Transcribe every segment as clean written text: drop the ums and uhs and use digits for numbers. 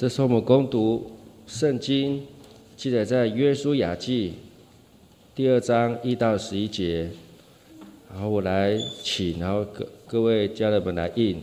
这是我们攻读圣经，记载在约书亚记第2章1到11节。然后我来请，然后各位家人们来应。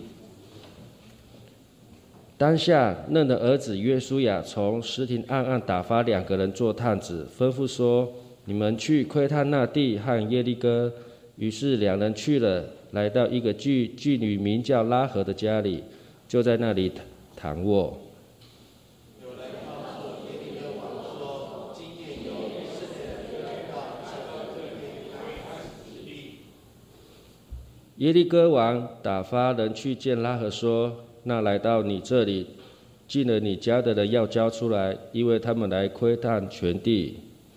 当下，嫩的儿子约书亚从石亭暗暗打发2个人做探子，吩咐说：“你们去窥探那地和耶利哥。”于是2人去了，来到一个妓女名叫拉合的家里，就在那里躺卧。 有人告诉耶利哥王说：“今夜有以色列人来到这地，开始治理。” 耶利哥王打发人去见拉合说：“那来到你这里进了你家的人要交出来，因为他们来窥探全地。”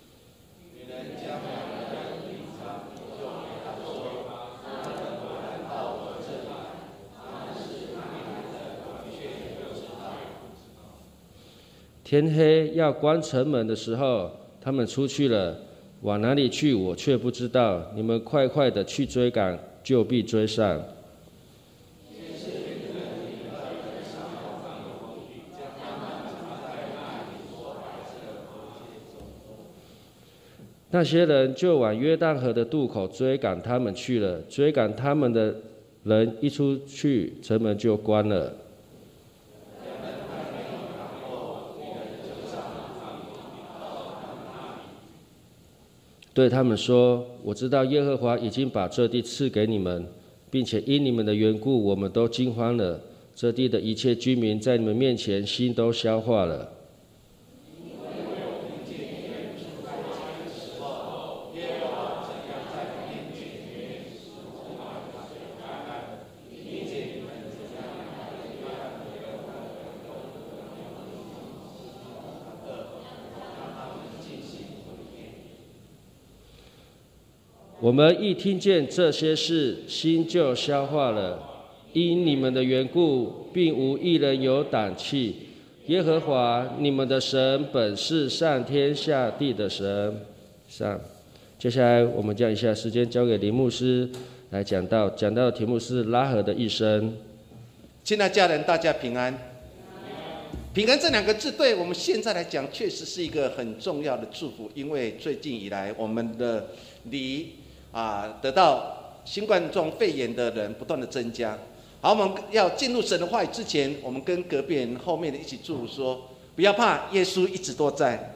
天黑要关城门的时候，他们出去了，往哪里去我却不知道。你们快快的去追赶，就必追上。那些人就往约旦河的渡口追赶他们去了。追赶他们的人一出去，城门就关了。对他们说：“我知道耶和华已经把这地赐给你们，并且因你们的缘故，我们都惊慌了。这地的一切居民在你们面前心都消化了。”我们一听见这些事，心就消化了。因你们的缘故，并无一人有胆气。耶和华你们的神本是上天下地的神。接下来我们将一下时间交给林牧师来讲到的题目是拉合的一生。 亲爱的家人，大家平安。平安这2个字对我们现在来讲，确实是一个很重要的祝福，因为最近以来，我们的得到新冠状肺炎的人不断的增加。好，我们要进入神的话语之前，我们跟隔壁人后面的一起祝福说：不要怕，耶稣一直都在。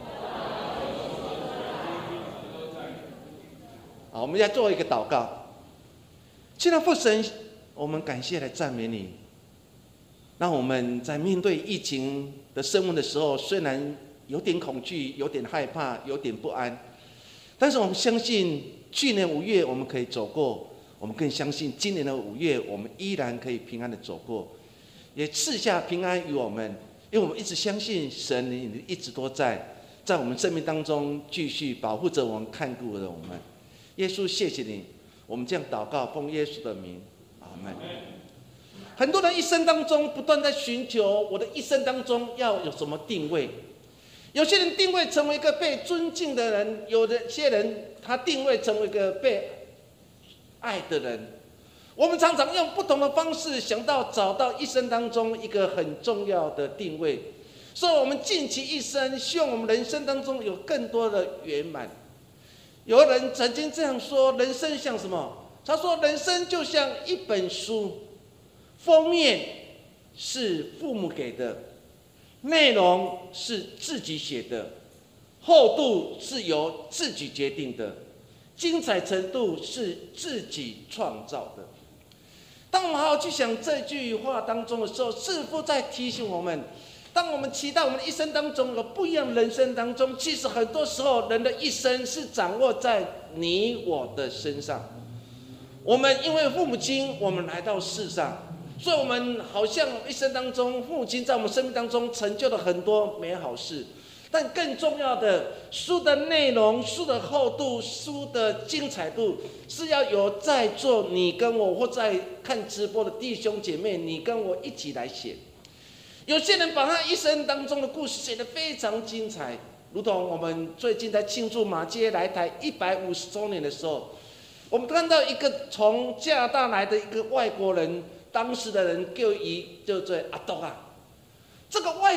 好，我们要做一个祷告。亲爱的父神，我们感谢来赞美你。让我们在面对疫情的升温的时候，虽然有点恐惧，有点害怕，有点不安，但是我们相信去年5月我们可以走过，我们更相信今年的5月我们依然可以平安的走过，也赐下平安于我们，因为我们一直相信神你一直都在我们生命当中继续保护着我们，看顾着我们。耶稣，谢谢你，我们这样祷告，奉耶稣的名，阿们。很多人一生当中不断在寻求，我的一生当中要有什么定位？有些人定位成为一个被尊敬的人，有些人他定位成为一个被爱的人。我们常常用不同的方式找到一生当中一个很重要的定位，所以我们尽其一生，希望我们人生当中有更多的圆满。有人曾经这样说：人生像什么？他说，人生就像一本书，封面是父母给的，内容是自己写的，厚度是由自己决定的，精彩程度是自己创造的。当我们好好去想这句话当中的时候，似乎在提醒我们，当我们期待我们的一生当中有不一样的人生当中，其实很多时候人的一生是掌握在你我的身上。我们因为父母亲，我们来到世上，所以我们好像一生当中，父母亲在我们生命当中成就了很多美好事，但更重要的，书的内容、书的厚度、书的精彩度，是要由在座你跟我，或在看直播的弟兄姐妹，你跟我一起来写。有些人把他一生当中的故事写得非常精彩，如同我们最近在庆祝马偕来台150周年的时候，我们看到一个从加拿大来的一个外国人，当时的人就做阿多啊。这个外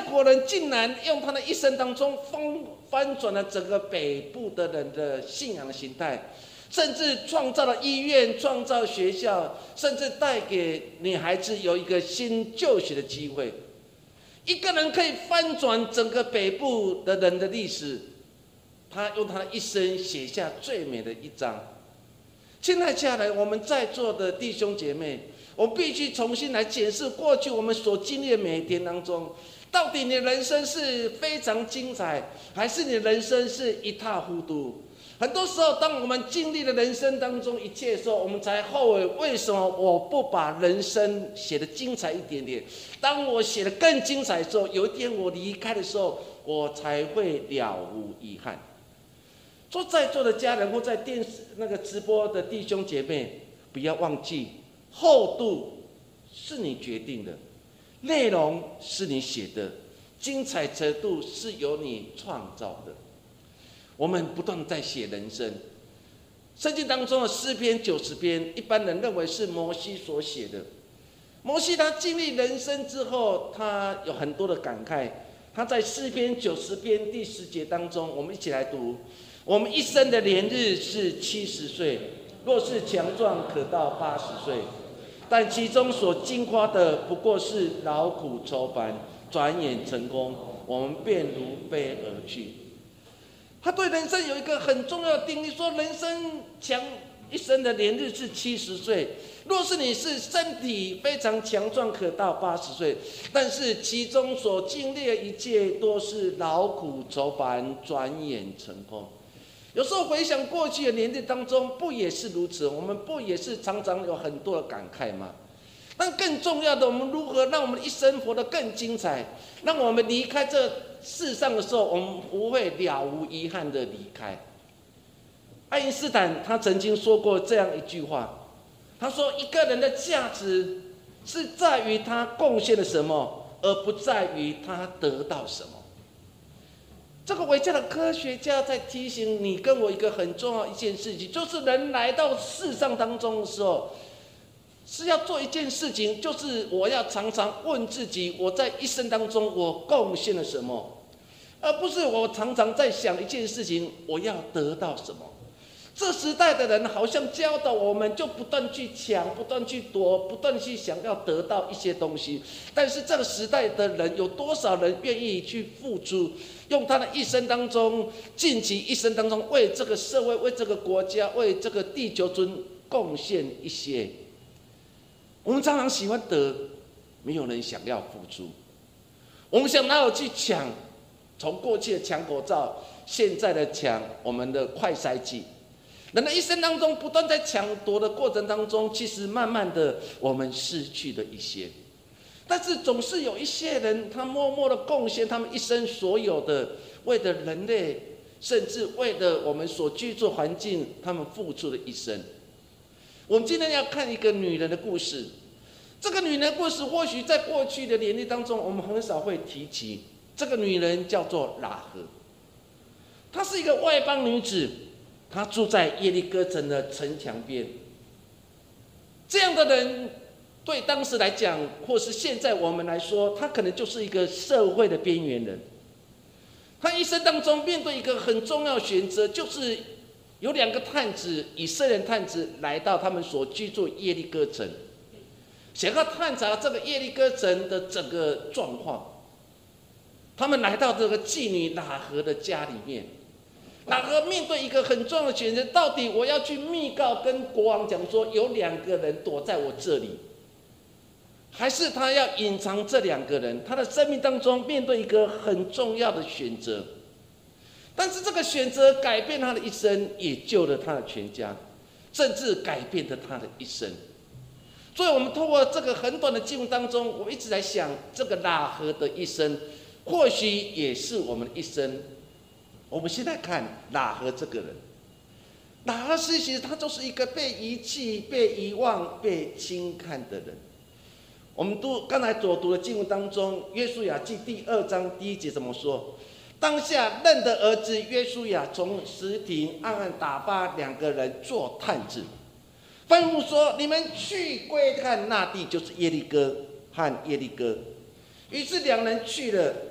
国人竟然用他的一生当中翻转了整个北部的人的信仰的形态，甚至创造了医院，创造学校，甚至带给女孩子有一个新就学的机会。一个人可以翻转整个北部的人的历史，他用他的一生写下最美的一章。亲爱家人，我们在座的弟兄姐妹，我们必须重新来检视过去我们所经历的每一天当中，到底你的人生是非常精彩，还是你的人生是一塌糊涂？很多时候，当我们经历了人生当中一切的时候，我们才后悔，为什么我不把人生写得精彩一点点？当我写得更精彩的时候，有一天我离开的时候，我才会了无遗憾。说在座的家人或在电视直播的弟兄姐妹，不要忘记，厚度是你决定的，内容是你写的，精彩程度是由你创造的。我们不断在写人生，圣经当中的诗篇90篇，一般人认为是摩西所写的。摩西他经历人生之后，他有很多的感慨。他在诗篇90篇第10节当中，我们一起来读：我们一生的年日是70岁，若是强壮，可到80岁。但其中所经夸的，不过是劳苦愁烦，转眼成功，我们便如飞而去。他对人生有一个很重要的定义，说人生一生的年日是70岁。若是你是身体非常强壮，可到80岁，但是其中所经历的一切都是劳苦愁烦，转眼成空。有时候回想过去的年日当中，不也是如此？我们不也是常常有很多的感慨吗？但更重要的，我们如何让我们的一生活得更精彩，让我们离开这世上的时候，我们不会了无遗憾的离开。爱因斯坦他曾经说过这样一句话，他说一个人的价值是在于他贡献了什么，而不在于他得到什么。这个伟大的科学家在提醒你跟我一个很重要一件事情，就是人来到世上当中的时候，是要做一件事情，就是我要常常问自己，我在一生当中我贡献了什么，而不是我常常在想一件事情，我要得到什么。这时代的人好像教导我们，就不断去抢，不断去夺，不断去想要得到一些东西。但是这个时代的人，有多少人愿意去付出，用他的一生当中，尽其一生当中，为这个社会、为这个国家、为这个地球村贡献一些？我们常常喜欢得，没有人想要付出。我们想哪有去抢？从过去的抢口罩，现在的抢我们的快筛剂。人的一生当中不断在抢夺的过程当中，其实慢慢的我们失去了一些，但是总是有一些人，他默默的贡献他们一生所有的，为了人类，甚至为了我们所居住环境，他们付出了一生。我们今天要看一个女人的故事，这个女人的故事或许在过去的年历当中，我们很少会提起。这个女人叫做喇合，她是一个外邦女子。他住在耶利哥城的城墙边。这样的人对当时来讲，或是现在我们来说，他可能就是一个社会的边缘人。他一生当中面对一个很重要的选择，就是有2个探子，以色列探子来到他们所居住耶利哥城，想要探查这个耶利哥城的整个状况。他们来到这个妓女喇合的家里面。喇合面对一个很重要的选择，到底我要去密告跟国王讲说有2个人躲在我这里，还是他要隐藏这2个人？他的生命当中面对一个很重要的选择，但是这个选择改变他的一生，也救了他的全家，甚至改变了他的一生。所以我们透过这个很短的经文当中，我一直在想，这个喇合的一生或许也是我们的一生。我们现在看喇合这个人，喇合其实他就是一个被遗弃、被遗忘、被轻看的人。我们刚才所读的经文当中，约书亚记第2章第1节怎么说？当下嫩的儿子约书亚从石亭暗暗打发2个人做探子，吩咐说：你们去窥看那地，就是耶利哥和耶利哥。于是2人去了。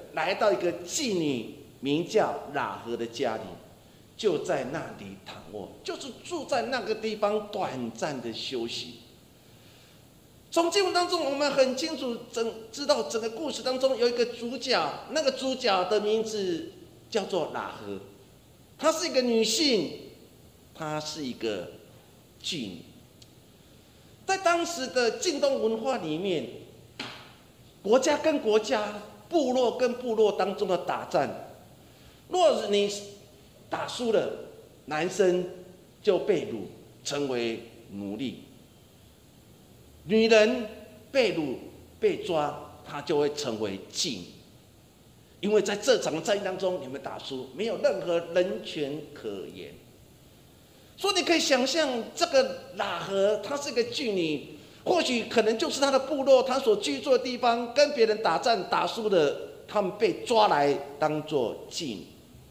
来到一个妓女名叫喇合的家里，就在那里躺卧，就是住在那个地方短暂的休息。从经文当中，我们很清楚知道整个故事当中有一个主角，那个主角的名字叫做喇合，她是一个女性，她是一个妓女。在当时的近东文化里面，国家跟国家、部落跟部落当中的打战，若是你打输了，男生就被掳成为奴隶。女人被掳被抓，她就会成为妓女，因为在这场战役当中，你们打输，没有任何人权可言。所以你可以想象，这个喇合她是个妓女，或许可能就是她的部落，她所居住的地方，跟别人打战打输了，他们被抓来当作妓女。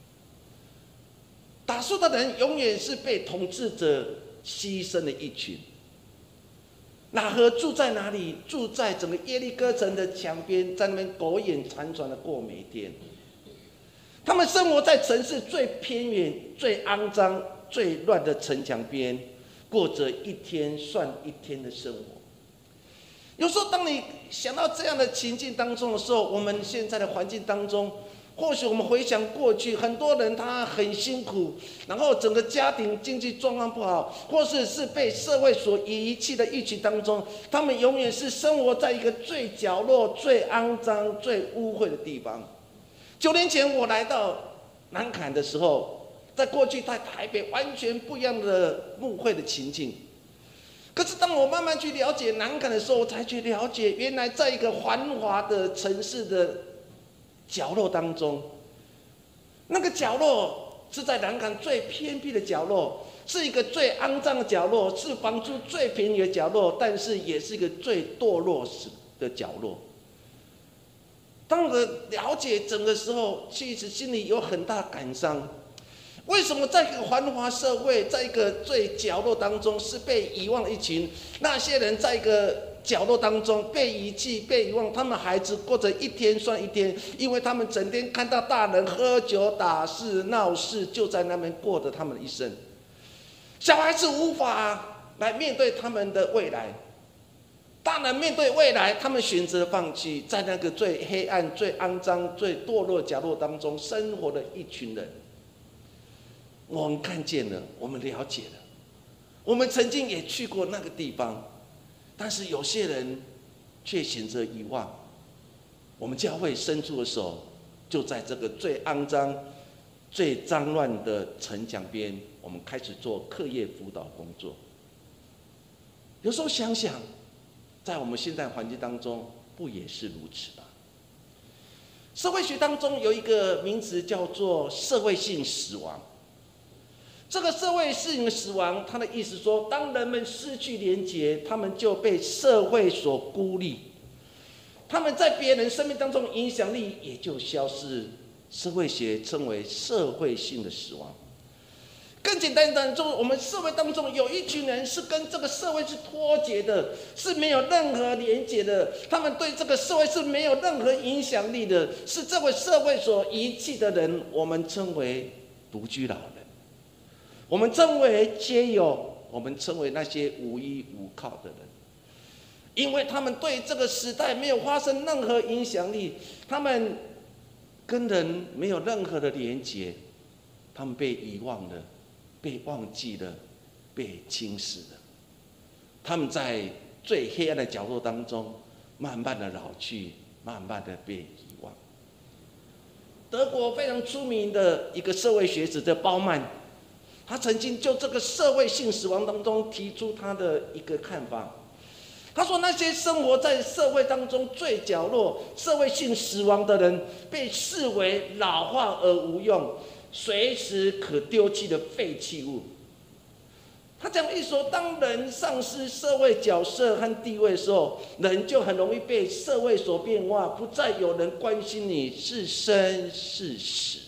打输的人永远是被统治者牺牲的一群。喇合住在哪里？住在整个耶利哥城的墙边，在那边苟延残喘的过每天。他们生活在城市最偏远、最肮脏、最乱的城墙边，过着一天算一天的生活。有时候，当你想到这样的情境当中的时候，我们现在的环境当中，或许我们回想过去，很多人他很辛苦，然后整个家庭经济状况不好，或是被社会所遗弃的一群当中，他们永远是生活在一个最角落、最肮脏、最污秽的地方。9年前我来到南崁的时候，在过去在台北完全不一样的牧会的情境。可是当我慢慢去了解南崁的时候，我才去了解，原来在一个繁华的城市的角落当中，那个角落是在南崁最偏僻的角落，是一个最肮脏的角落，是房租最便宜的角落，但是也是一个最堕落的角落。当我了解整个时候，其实心里有很大感伤。为什么在一个繁华社会，在一个最角落当中是被遗忘的一群？那些人在一个角落当中被遗弃、被遗忘，他们孩子过着一天算一天，因为他们整天看到大人喝酒、打事、闹事，就在那边过着他们的一生。小孩子无法来面对他们的未来，大人面对未来，他们选择放弃，在那个最黑暗、最肮脏、最堕落的角落当中生活的一群人。我们看见了，我们了解了，我们曾经也去过那个地方，但是有些人却选择遗忘。我们教会伸出的手，就在这个最肮脏、最脏乱的城墙边，我们开始做课业辅导工作。有时候想想，在我们现在环境当中，不也是如此吗？社会学当中有一个名词叫做社会性死亡。这个社会性的死亡，它的意思说，当人们失去连结，他们就被社会所孤立，他们在别人生命当中影响力也就消失。社会学称为社会性的死亡。更简单的，就是我们社会当中有一群人是跟这个社会是脱节的，是没有任何连结的，他们对这个社会是没有任何影响力的，是这个社会所遗弃的人，我们称为独居老人。我们称为街友，我们称为那些无依无靠的人，因为他们对这个时代没有发生任何影响力，他们跟人没有任何的连结，他们被遗忘了，被忘记了，被轻视了。他们在最黑暗的角落当中，慢慢的老去，慢慢的被遗忘。德国非常出名的一个社会学者叫鲍曼。他曾经就这个社会性死亡当中提出他的一个看法。他说，那些生活在社会当中最角落、社会性死亡的人，被视为老化而无用、随时可丢弃的废弃物。他讲一说，当人丧失社会角色和地位的时候，人就很容易被社会所变化，不再有人关心你是生是死。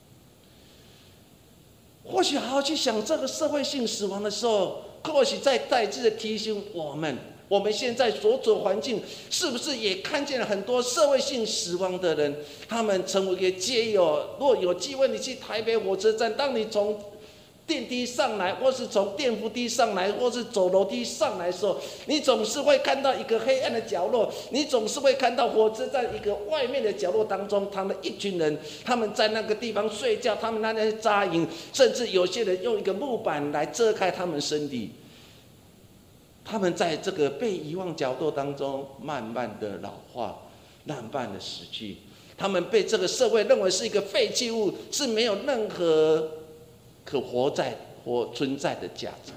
或许好好去想这个社会性死亡的时候，或许再次的提醒我们我们现在所处环境，是不是也看见了很多社会性死亡的人？他们成为一个街友。若有机会，你去台北火车站，当你从电梯上来，或是从电扶梯上来，或是走楼梯上来的时候，你总是会看到一个黑暗的角落，你总是会看到火车站一个外面的角落当中，他们一群人，他们在那个地方睡觉，他们在那里扎营，甚至有些人用一个木板来遮开他们身体。他们在这个被遗忘角落当中，慢慢的老化，慢慢的死去。他们被这个社会认为是一个废弃物，是没有任何可存在的价值。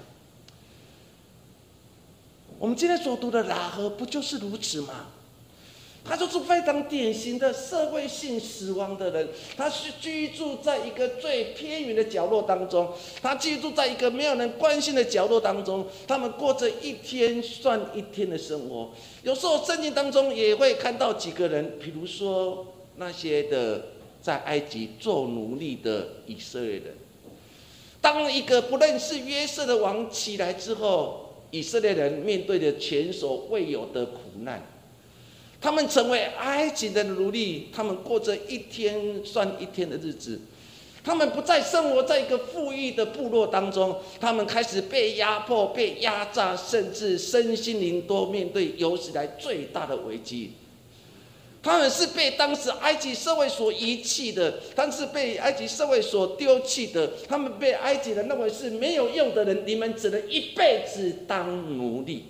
我们今天所读的喇合不就是如此吗？他就是非常典型的社会性死亡的人，他是居住在一个最偏远的角落当中，他居住在一个没有人关心的角落当中，他们过着一天算一天的生活。有时候圣经当中也会看到几个人，比如说那些的在埃及做奴隶的以色列人，当一个不认识约瑟的王起来之后，以色列人面对着前所未有的苦难。他们成为埃及的奴隶，他们过着一天算一天的日子。他们不再生活在一个富裕的部落当中，他们开始被压迫、被压榨，甚至身心灵都面对有史以来最大的危机。他们是被当时埃及社会所遗弃的，他们是被埃及社会所丢弃的，他们被埃及人认为是没有用的人，你们只能一辈子当奴隶。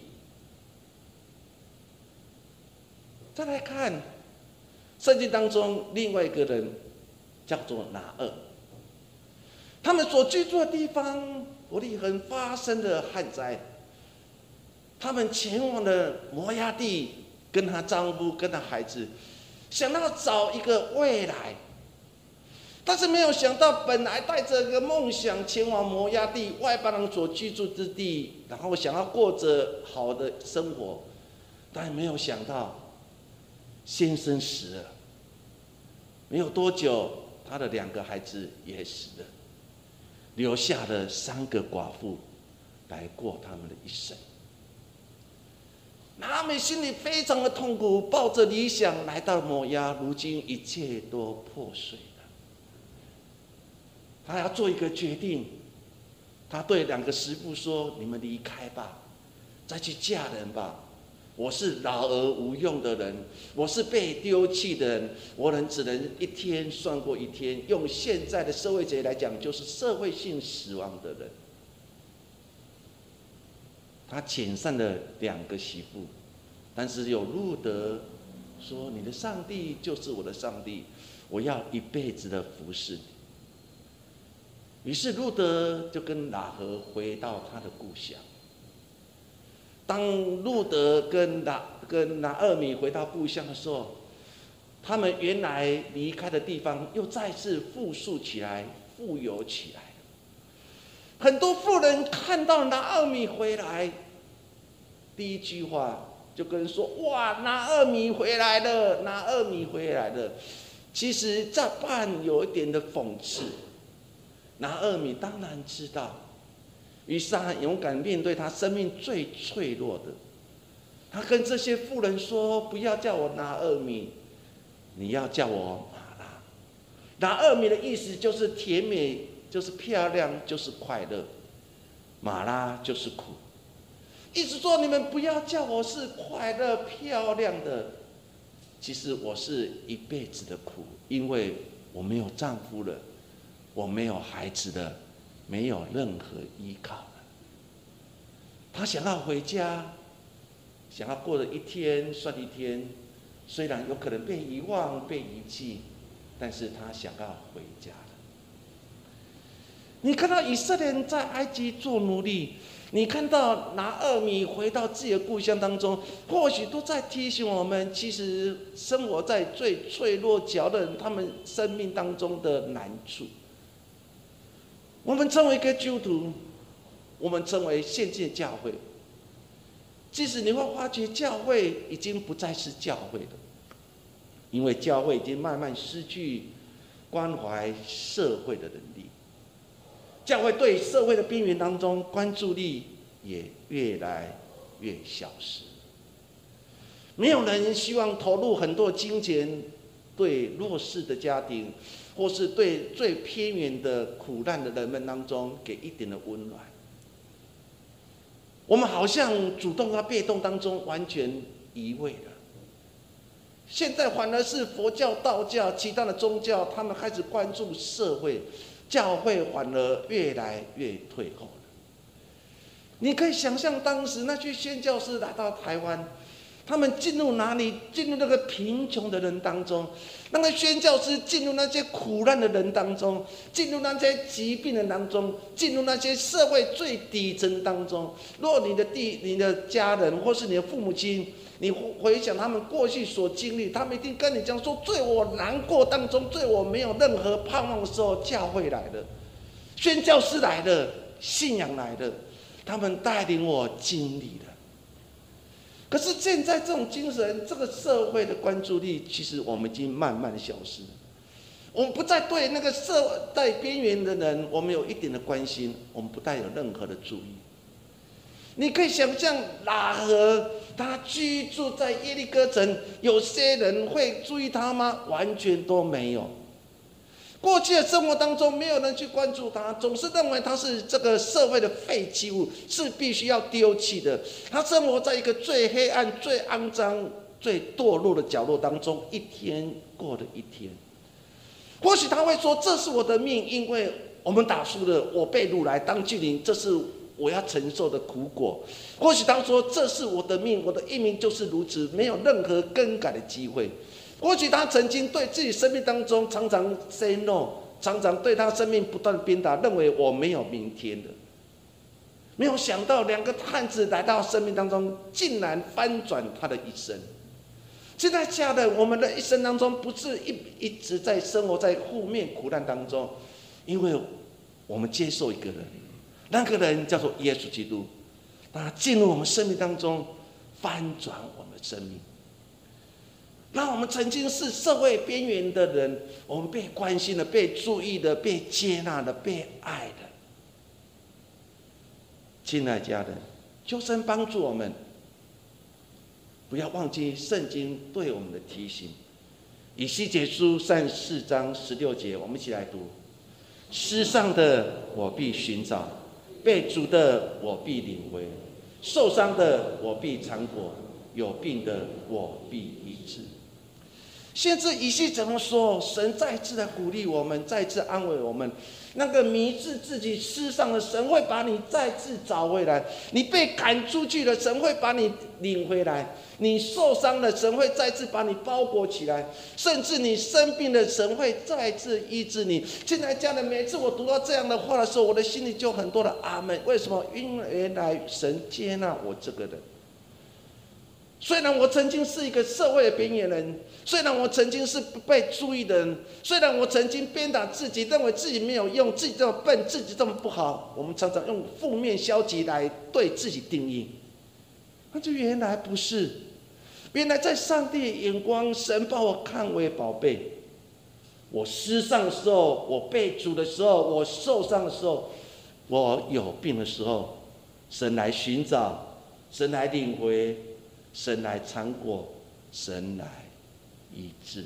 再来看圣经当中另外一个人，叫做拿厄。他们所居住的地方伯利恒发生了旱灾，他们前往了摩押地，跟她丈夫跟她孩子想要找一个未来，但是没有想到本来带着一个梦想前往摩押地外邦人所居住之地，然后想要过着好的生活，但没有想到先生死了，没有多久，他的2个孩子也死了，留下了3个寡妇来过他们的一生。拿俄米心里非常的痛苦，抱着理想来到摩押，如今一切都破碎了。他要做一个决定，他对2个媳妇说：“你们离开吧，再去嫁人吧。我是老而无用的人，我是被丢弃的人，我只能一天算过一天。用现在的社会学来讲，就是社会性死亡的人。”他遣散了2个媳妇，但是有路德说：“你的上帝就是我的上帝，我要一辈子的服侍你。”于是路德就跟喇合回到他的故乡。当路德跟拿俄米回到故乡的时候，他们原来离开的地方又再次复苏起来，富有起来。很多妇人看到拿俄米回来，第一句话就跟人说：“哇，拿俄米回来了，拿俄米回来了。”其实这伴有一点的讽刺。拿俄米当然知道，于是他很勇敢面对他生命最脆弱的。他跟这些妇人说：“不要叫我拿俄米，你要叫我玛拉。”拿俄米的意思就是甜美，就是漂亮，就是快乐；玛拉就是苦。意思说，你们不要叫我是快乐漂亮的，其实我是一辈子的苦，因为我没有丈夫了，我没有孩子了，没有任何依靠了。他想要回家，想要过了一天算一天，虽然有可能被遗忘、被遗弃，但是他想要回家了。你看到以色列人在埃及做奴隶，你看到拿俄米回到自己的故乡当中，或许都在提醒我们，其实生活在最脆弱角的人，他们生命当中的难处。我们成为一个基督徒，我们成为现今的教会，即使你会发觉教会已经不再是教会了，因为教会已经慢慢失去关怀社会的能力，教会对社会的边缘当中关注力也越来越消失。 没有人希望投入很多金钱对弱势的家庭，或是对最偏远的苦难的人们当中给一点的温暖。我们好像主动和被动当中完全移位了。现在反而是佛教、道教、其他的宗教，他们开始关注社会，教会反而越来越退后了。你可以想象，当时那些宣教士来到台湾，他们进入哪里？进入那个贫穷的人当中，那个宣教师进入那些苦难的人当中，进入那些疾病的当中，进入那些社会最底层当中。若你的家人或是你的父母亲，你回想他们过去所经历，他们一定跟你讲说，在我难过当中，在我没有任何盼望的时候，教会来了，宣教师来了，信仰来了，他们带领我经历了。可是现在这种精神，这个社会的关注力，其实我们已经慢慢的消失。我们不再对那个社在边缘的人，我们有一点的关心，我们不带有任何的注意。你可以想象拉合他居住在耶利哥城，有些人会注意他吗？完全都没有。过去的生活当中，没有人去关注他，总是认为他是这个社会的废弃物，是必须要丢弃的。他生活在一个最黑暗、最肮脏、最堕落的角落当中，一天过了一天。或许他会说：“这是我的命，因为我们打输了，我被掳来当居民，这是我要承受的苦果。”或许他说：“这是我的命，我的一命就是如此，没有任何更改的机会。”或许他曾经对自己生命当中常常 say no， 常常对他生命不断鞭打，认为我没有明天的。没有想到两个汉子来到生命当中，竟然翻转他的一生。现在家人，我们的一生当中不是一直在生活在负面苦难当中，因为我们接受一个人，那个人叫做耶稣基督，他进入我们生命当中，翻转我们的生命。让我们曾经是社会边缘的人，我们被关心的、被注意的、被接纳的、被爱的。亲爱的家人，求神帮助我们，不要忘记圣经对我们的提醒。以西结书34章16节，我们一起来读：失丧的我必寻找，被逐的我必领回，受伤的我必缠裹，有病的我必医治。先知以西怎么说？神再次的鼓励我们，再次安慰我们。那个迷失自己失丧的，神会把你再次找回来；你被赶出去了，神会把你领回来；你受伤了，神会再次把你包裹起来；甚至你生病了，神会再次医治你。现在家人，每次我读到这样的话的时候，我的心里就很多的阿们。为什么？因为原来神接纳我这个人。虽然我曾经是一个社会的边缘人，虽然我曾经是不被注意的人，虽然我曾经鞭打自己，认为自己没有用，自己这么笨，自己这么不好，我们常常用负面消极来对自己定义。那就原来不是，原来在上帝的眼光，神把我看为宝贝。我失丧的时候，我被逐的时候，我受伤的时候，我有病的时候，神来寻找，神来领回，神来缠裹，神来医治。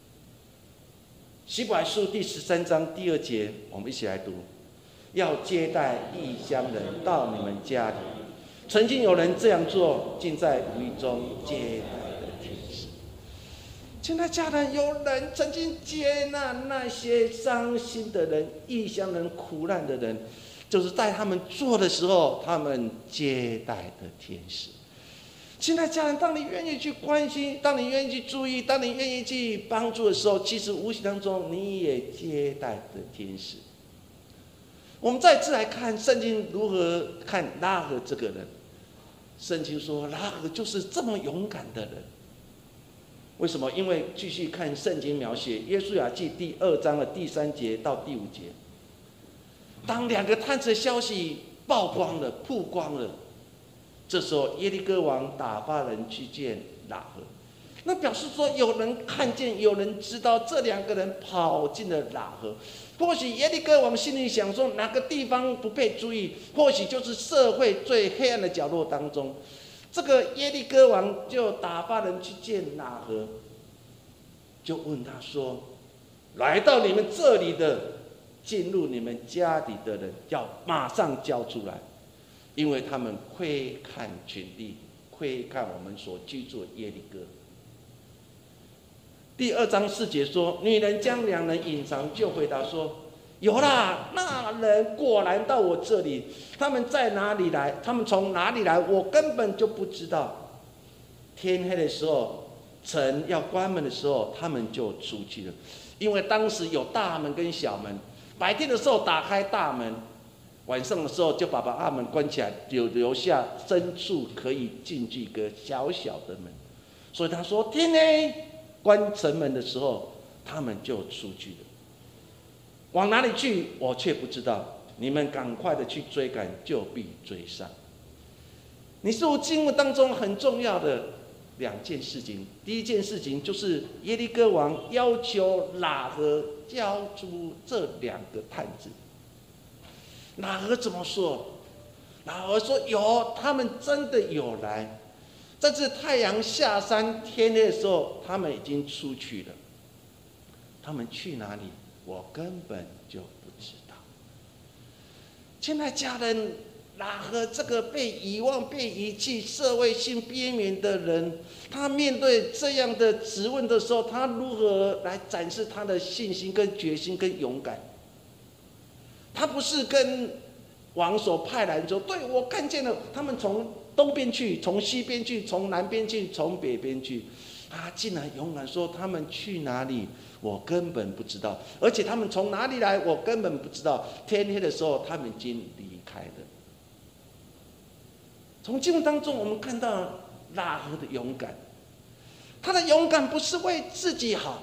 希伯来书第13章第2节，我们一起来读：要接待异乡人到你们家里。曾经有人这样做，竟在无意中接待了天使。亲爱的家人，有人曾经接纳那些伤心的人、异乡人、苦难的人，就是在他们做的时候，他们接待的天使。亲爱的家人，当你愿意去关心，当你愿意去注意，当你愿意去帮助的时候，其实无形当中你也接待的天使。我们再次来看圣经如何看拉合这个人。圣经说拉合就是这么勇敢的人。为什么？因为继续看圣经描写约书亚记第2章的第3节到第5节，当两个探子的消息曝光了，这时候耶利哥王打发人去见拉合，那表示说有人看见，有人知道这两个人跑进了拉合。或许耶利哥王心里想说，哪个地方不被注意，或许就是社会最黑暗的角落当中。 这个耶利哥王就打发人去见喇合，就问他说：“来到你们这里的，进入你们家里的人，要马上交出来，因为他们窥看全地，窥看我们所居住的耶利哥。”第2章4节说，女人将2人隐藏，就回答说：“有啦，那人果然到我这里，他们在哪里来？他们从哪里来？我根本就不知道。天黑的时候，城要关门的时候，他们就出去了。因为当时有大门跟小门，白天的时候打开大门，晚上的时候就把大门关起来，留下深处可以进去一个小小的门。所以他说，天黑关城门的时候，他们就出去了。往哪里去，我却不知道。你们赶快的去追赶，就必追上。”你是我经文当中很重要的2件事情。第一件事情就是耶利哥王要求喇合交出这2个探子。喇合怎么说？喇合说：“有，他们真的有来。在这太阳下山天黑的时候，他们已经出去了。他们去哪里，我根本就不知道。”亲爱的家人，喇合这个被遗忘、被遗弃、社会性边缘的人，他面对这样的质问的时候，他如何来展示他的信心、跟决心、跟勇敢？他不是跟王所派来说：“对，我看见了，他们从东边去，从西边去，从南边去，从北边去。”他竟然勇敢说：“他们去哪里，我根本不知道，而且他们从哪里来，我根本不知道。天黑的时候，他们已经离开了。”从经文当中，我们看到喇合的勇敢。他的勇敢不是为自己好，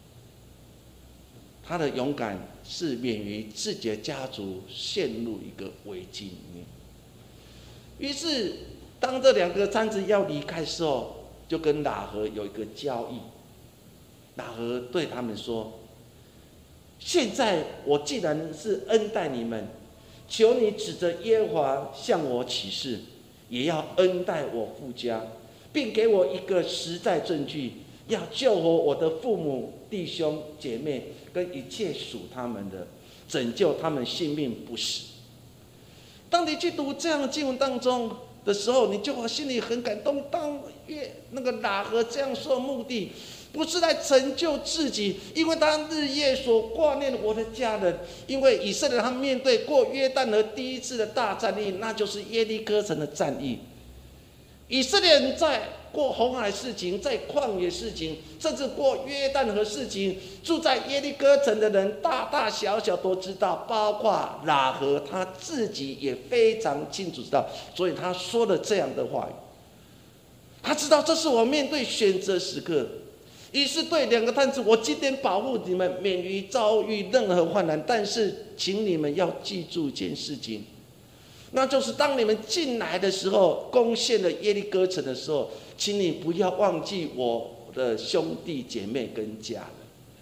他的勇敢是免于自己的家族陷入一个危机里面。于是，当这2个探子要离开的时候，就跟喇合有一个交易。喇合对他们说：“现在我既然是恩待你们，求你指着耶和华向我起誓，也要恩待我父家，并给我一个实在证据，要救活我的父母、弟兄、姐妹跟一切属他们的，拯救他们性命不死。”当你去读这样的经文当中的时候，你就心里很感动。当那个喇合这样说的目的，不是来成就自己，因为他日夜所挂念我的家人。因为以色列他面对过约旦河第一次的大战役，那就是耶利哥城的战役。以色列人在过红海事情，在旷野事情，甚至过约旦河事情，住在耶利哥城的人大大小小都知道，包括喇合他自己也非常清楚知道，所以他说了这样的话语。他知道这是我面对选择时刻，于是对2个探子：“我今天保护你们免于遭遇任何患难，但是请你们要记住一件事情，那就是当你们进来的时候，攻陷了耶利哥城的时候，请你不要忘记我的兄弟姐妹跟家人。”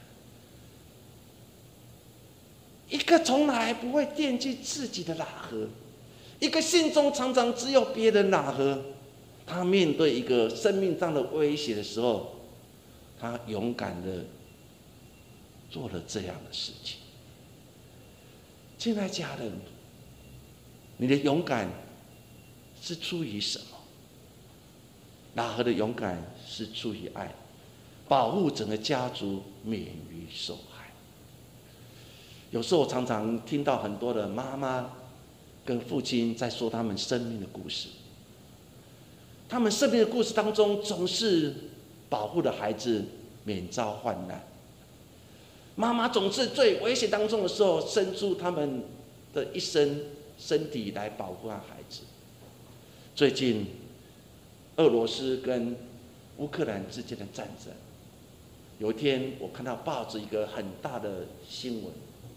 一个从来不会惦记自己的喇合，一个心中常常只有别人喇合，他面对一个生命上的威胁的时候，他勇敢的做了这样的事情。亲爱的家人，你的勇敢是出于什么？喇合的勇敢是出于爱，保护整个家族免于受害。有时候我常常听到很多的妈妈跟父亲在说他们生命的故事，他们生命的故事当中总是保护了孩子免遭患难。妈妈总是最危险当中的时候，伸出他们的一身身体来保护他孩子。最近，俄罗斯跟乌克兰之间的战争，有一天我看到报纸一个很大的新闻，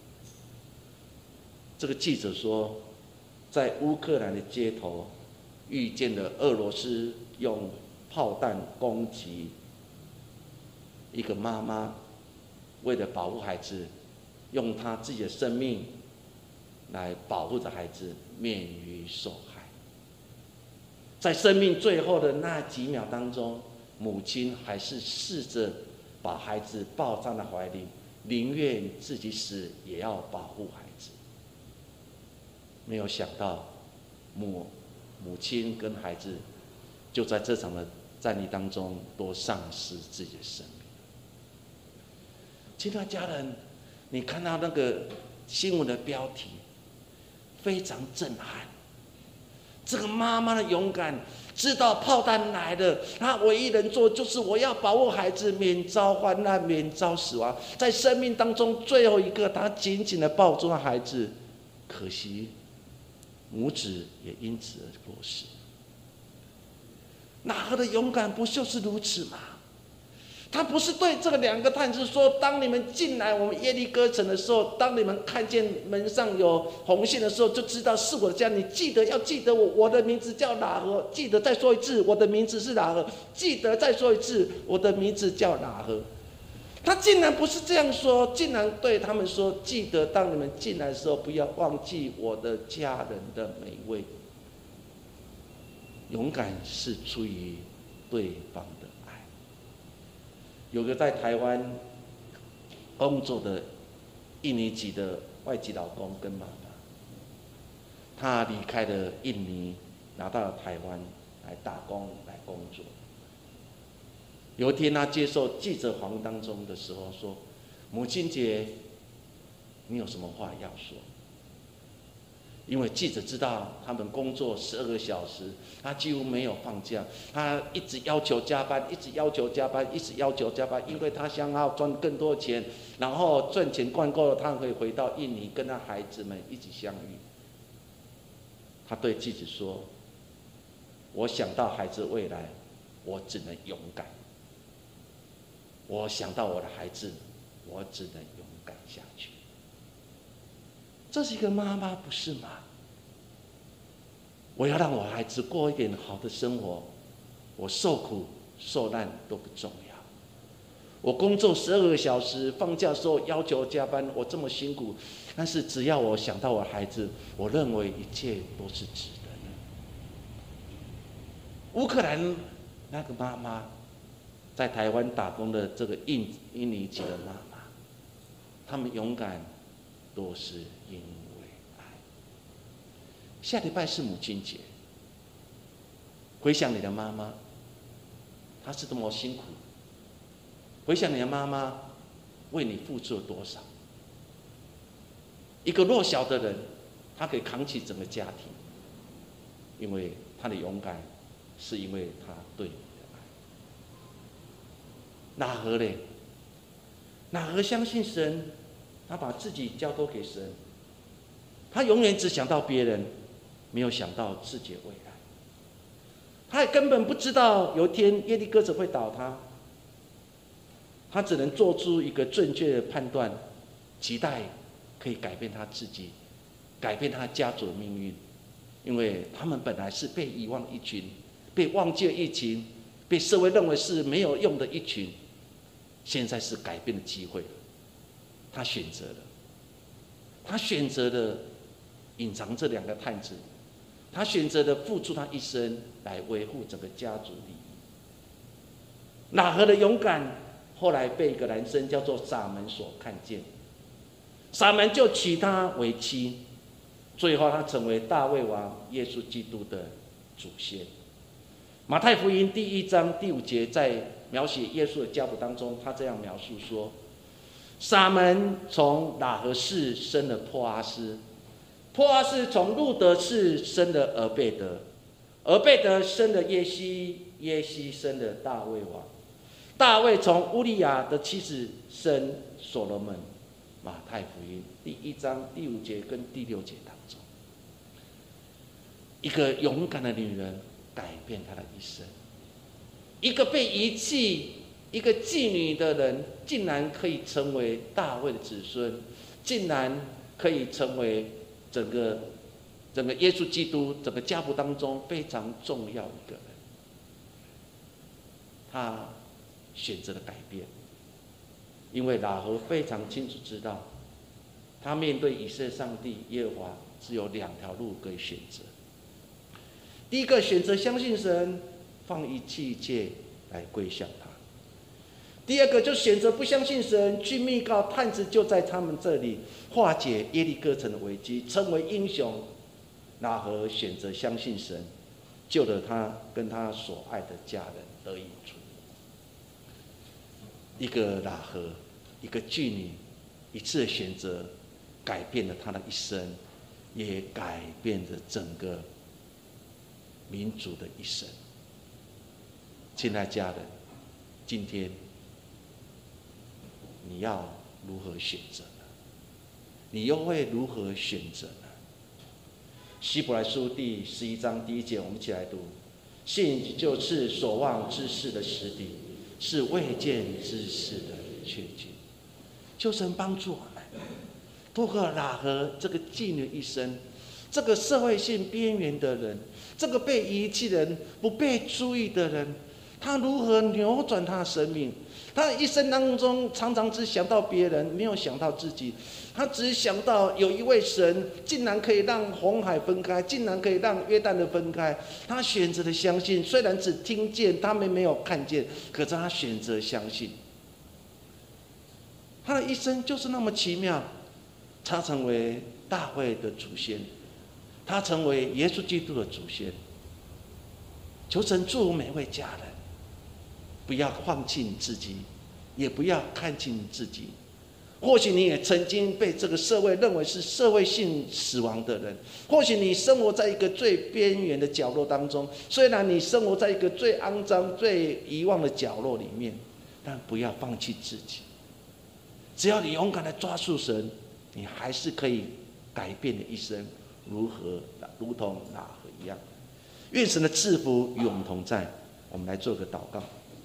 这个记者说，在乌克兰的街头遇见了俄罗斯用炮弹攻击一个妈妈，为了保护孩子，用她自己的生命来保护着孩子免于受害。 在生命最后的那几秒当中，母亲还是试着把孩子抱在了怀里，宁愿自己死也要保护孩子。没有想到母亲跟孩子就在这场的战役当中都丧失自己的生命。亲爱的家人，你看到那个新闻的标题非常震撼，这个妈妈的勇敢，知道炮弹来了，她唯一能做就是我要保护孩子免遭患难，免遭死亡。在生命当中最后一个，她紧紧的抱住了孩子，可惜母子也因此而过世。哪个的勇敢不就是如此吗？他不是对这个2个探子说，当你们进来我们耶利哥城的时候，当你们看见门上有红线的时候，就知道是我的家。你要记得我的名字叫喇合，记得再说一次，我的名字是喇合，记得再说一次，我的名字叫喇合。他竟然不是这样说，竟然对他们说，记得当你们进来的时候，不要忘记我的家人的美味。勇敢是出于对方的爱。有个在台湾工作的印尼籍的外籍劳工跟妈妈，他离开了印尼，拿到了台湾来打工来工作。有一天他接受记者访问当中的时候说，母亲节你有什么话要说？因为记者知道他们工作12个小时，他几乎没有放假，他一直要求加班，一直要求加班，一直要求加班，因为他想要赚更多钱，然后赚钱赚够了，他可以回到印尼跟他孩子们一起相遇。他对记者说，我想到孩子未来，我只能勇敢。我想到我的孩子，我只能勇敢下去。这是一个妈妈，不是吗？我要让我孩子过一点好的生活，我受苦受难都不重要。我工作12个小时，放假的时候要求加班，我这么辛苦，但是只要我想到我孩子，我认为一切都是值得的。乌克兰那个妈妈，在台湾打工的这个印尼籍的妈妈，他们勇敢都是因为爱。下礼拜是母亲节，回想你的妈妈，她是多么辛苦，回想你的妈妈为你付出了多少。一个弱小的人，他可以扛起整个家庭，因为他的勇敢，是因为他对你的爱。哪何嘞？哪何相信神？他把自己交托给神，他永远只想到别人，没有想到自己的未来。他也根本不知道有一天耶利哥城会倒塌，他只能做出一个正确的判断，期待可以改变他自己，改变他家族的命运。因为他们本来是被遗忘的一群，被忘记的一群，被社会认为是没有用的一群，现在是改变的机会。他选择了隐藏这2个探子，他选择了付出他一生来维护整个家族利益。哪何的勇敢，后来被一个男生叫做撒门所看见，撒门就娶她为妻，最后他成为大卫王耶稣基督的祖先。马太福音第1章第5节在描写耶稣的家谱当中，他这样描述说，撒门从喇合氏生了波阿斯，波阿斯从路德氏生了俄贝德，俄贝德生了耶西，耶西生了大卫王，大卫从乌利亚的妻子生所罗门。马太福音第1章第5节跟第6节当中，一个勇敢的女人改变她的一生，一个被遗弃、一个妓女的人，竟然可以成为大卫的子孙，竟然可以成为整个耶稣基督整个家谱当中非常重要一个人。他选择了改变，因为喇合非常清楚知道，他面对以色列上帝耶和华只有2条路可以选择， 第一个选择相信神，放一切来归向他；第二个就选择不相信神，去密告探子就在他们这里，化解耶利哥城的危机，成为英雄。喇合选择相信神，救了他跟他所爱的家人得以存活。一个喇合，一个妓女，一次的选择，改变了他的一生，也改变了整个民族的一生。亲爱的家人，今天你要如何选择呢？你又会如何选择呢？希伯来书第11章第1节，我们一起来读：信就是所望之事的实底，是未见之事的确据。求神帮助我们，透过喇合这个妓女一生，这个社会性边缘的人，这个被遗弃的人，不被注意的人，他如何扭转他的生命？他一生当中常常只想到别人，没有想到自己。他只想到有一位神竟然可以让红海分开，竟然可以让约旦的分开。他选择了相信，虽然只听见，他们没有看见，可是他选择相信。他的一生就是那么奇妙。他成为大卫的祖先，他成为耶稣基督的祖先。求神祝福每位家人，不要放弃自己，也不要看轻自己。或许你也曾经被这个社会认为是社会性死亡的人，或许你生活在一个最边缘的角落当中，虽然你生活在一个最肮脏、最遗忘的角落里面，但不要放弃自己。只要你勇敢的抓住神，你还是可以改变的一生，如同喇合一样。愿神的赐福与我们同在。我们来做个祷告。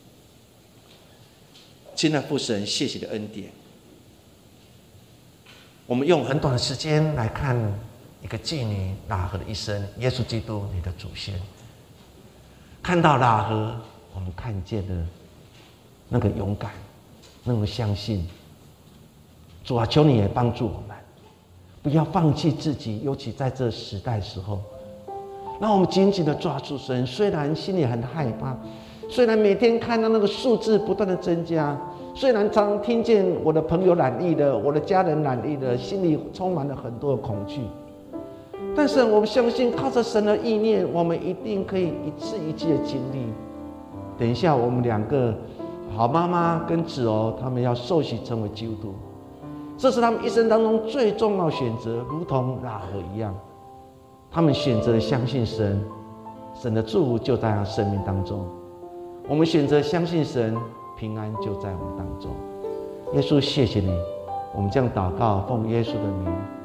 亲爱的父神，谢谢你的恩典。我们用很短的时间来看一个妓女喇合的一生，耶稣基督你的祖先。看到喇合，我们看见了那个勇敢，那个相信。主啊，求你也帮助我们，不要放弃自己，尤其在这时代的时候，让我们紧紧的抓住神。虽然心里很害怕，虽然每天看到那个数字不断的增加，虽然常听见我的朋友染疫了，我的家人染疫了，心里充满了很多的恐惧，但是我们相信，靠着神的意念，我们一定可以一次一次的经历。等一下，我们2个好妈妈跟子柔，他们要受洗成为基督徒，这是他们一生当中最重要的选择，如同喇合一样，他们选择相信神，神的祝福就在他生命当中。我们选择相信神，平安就在我们当中。耶稣，谢谢你，我们这样祷告，奉耶稣的名。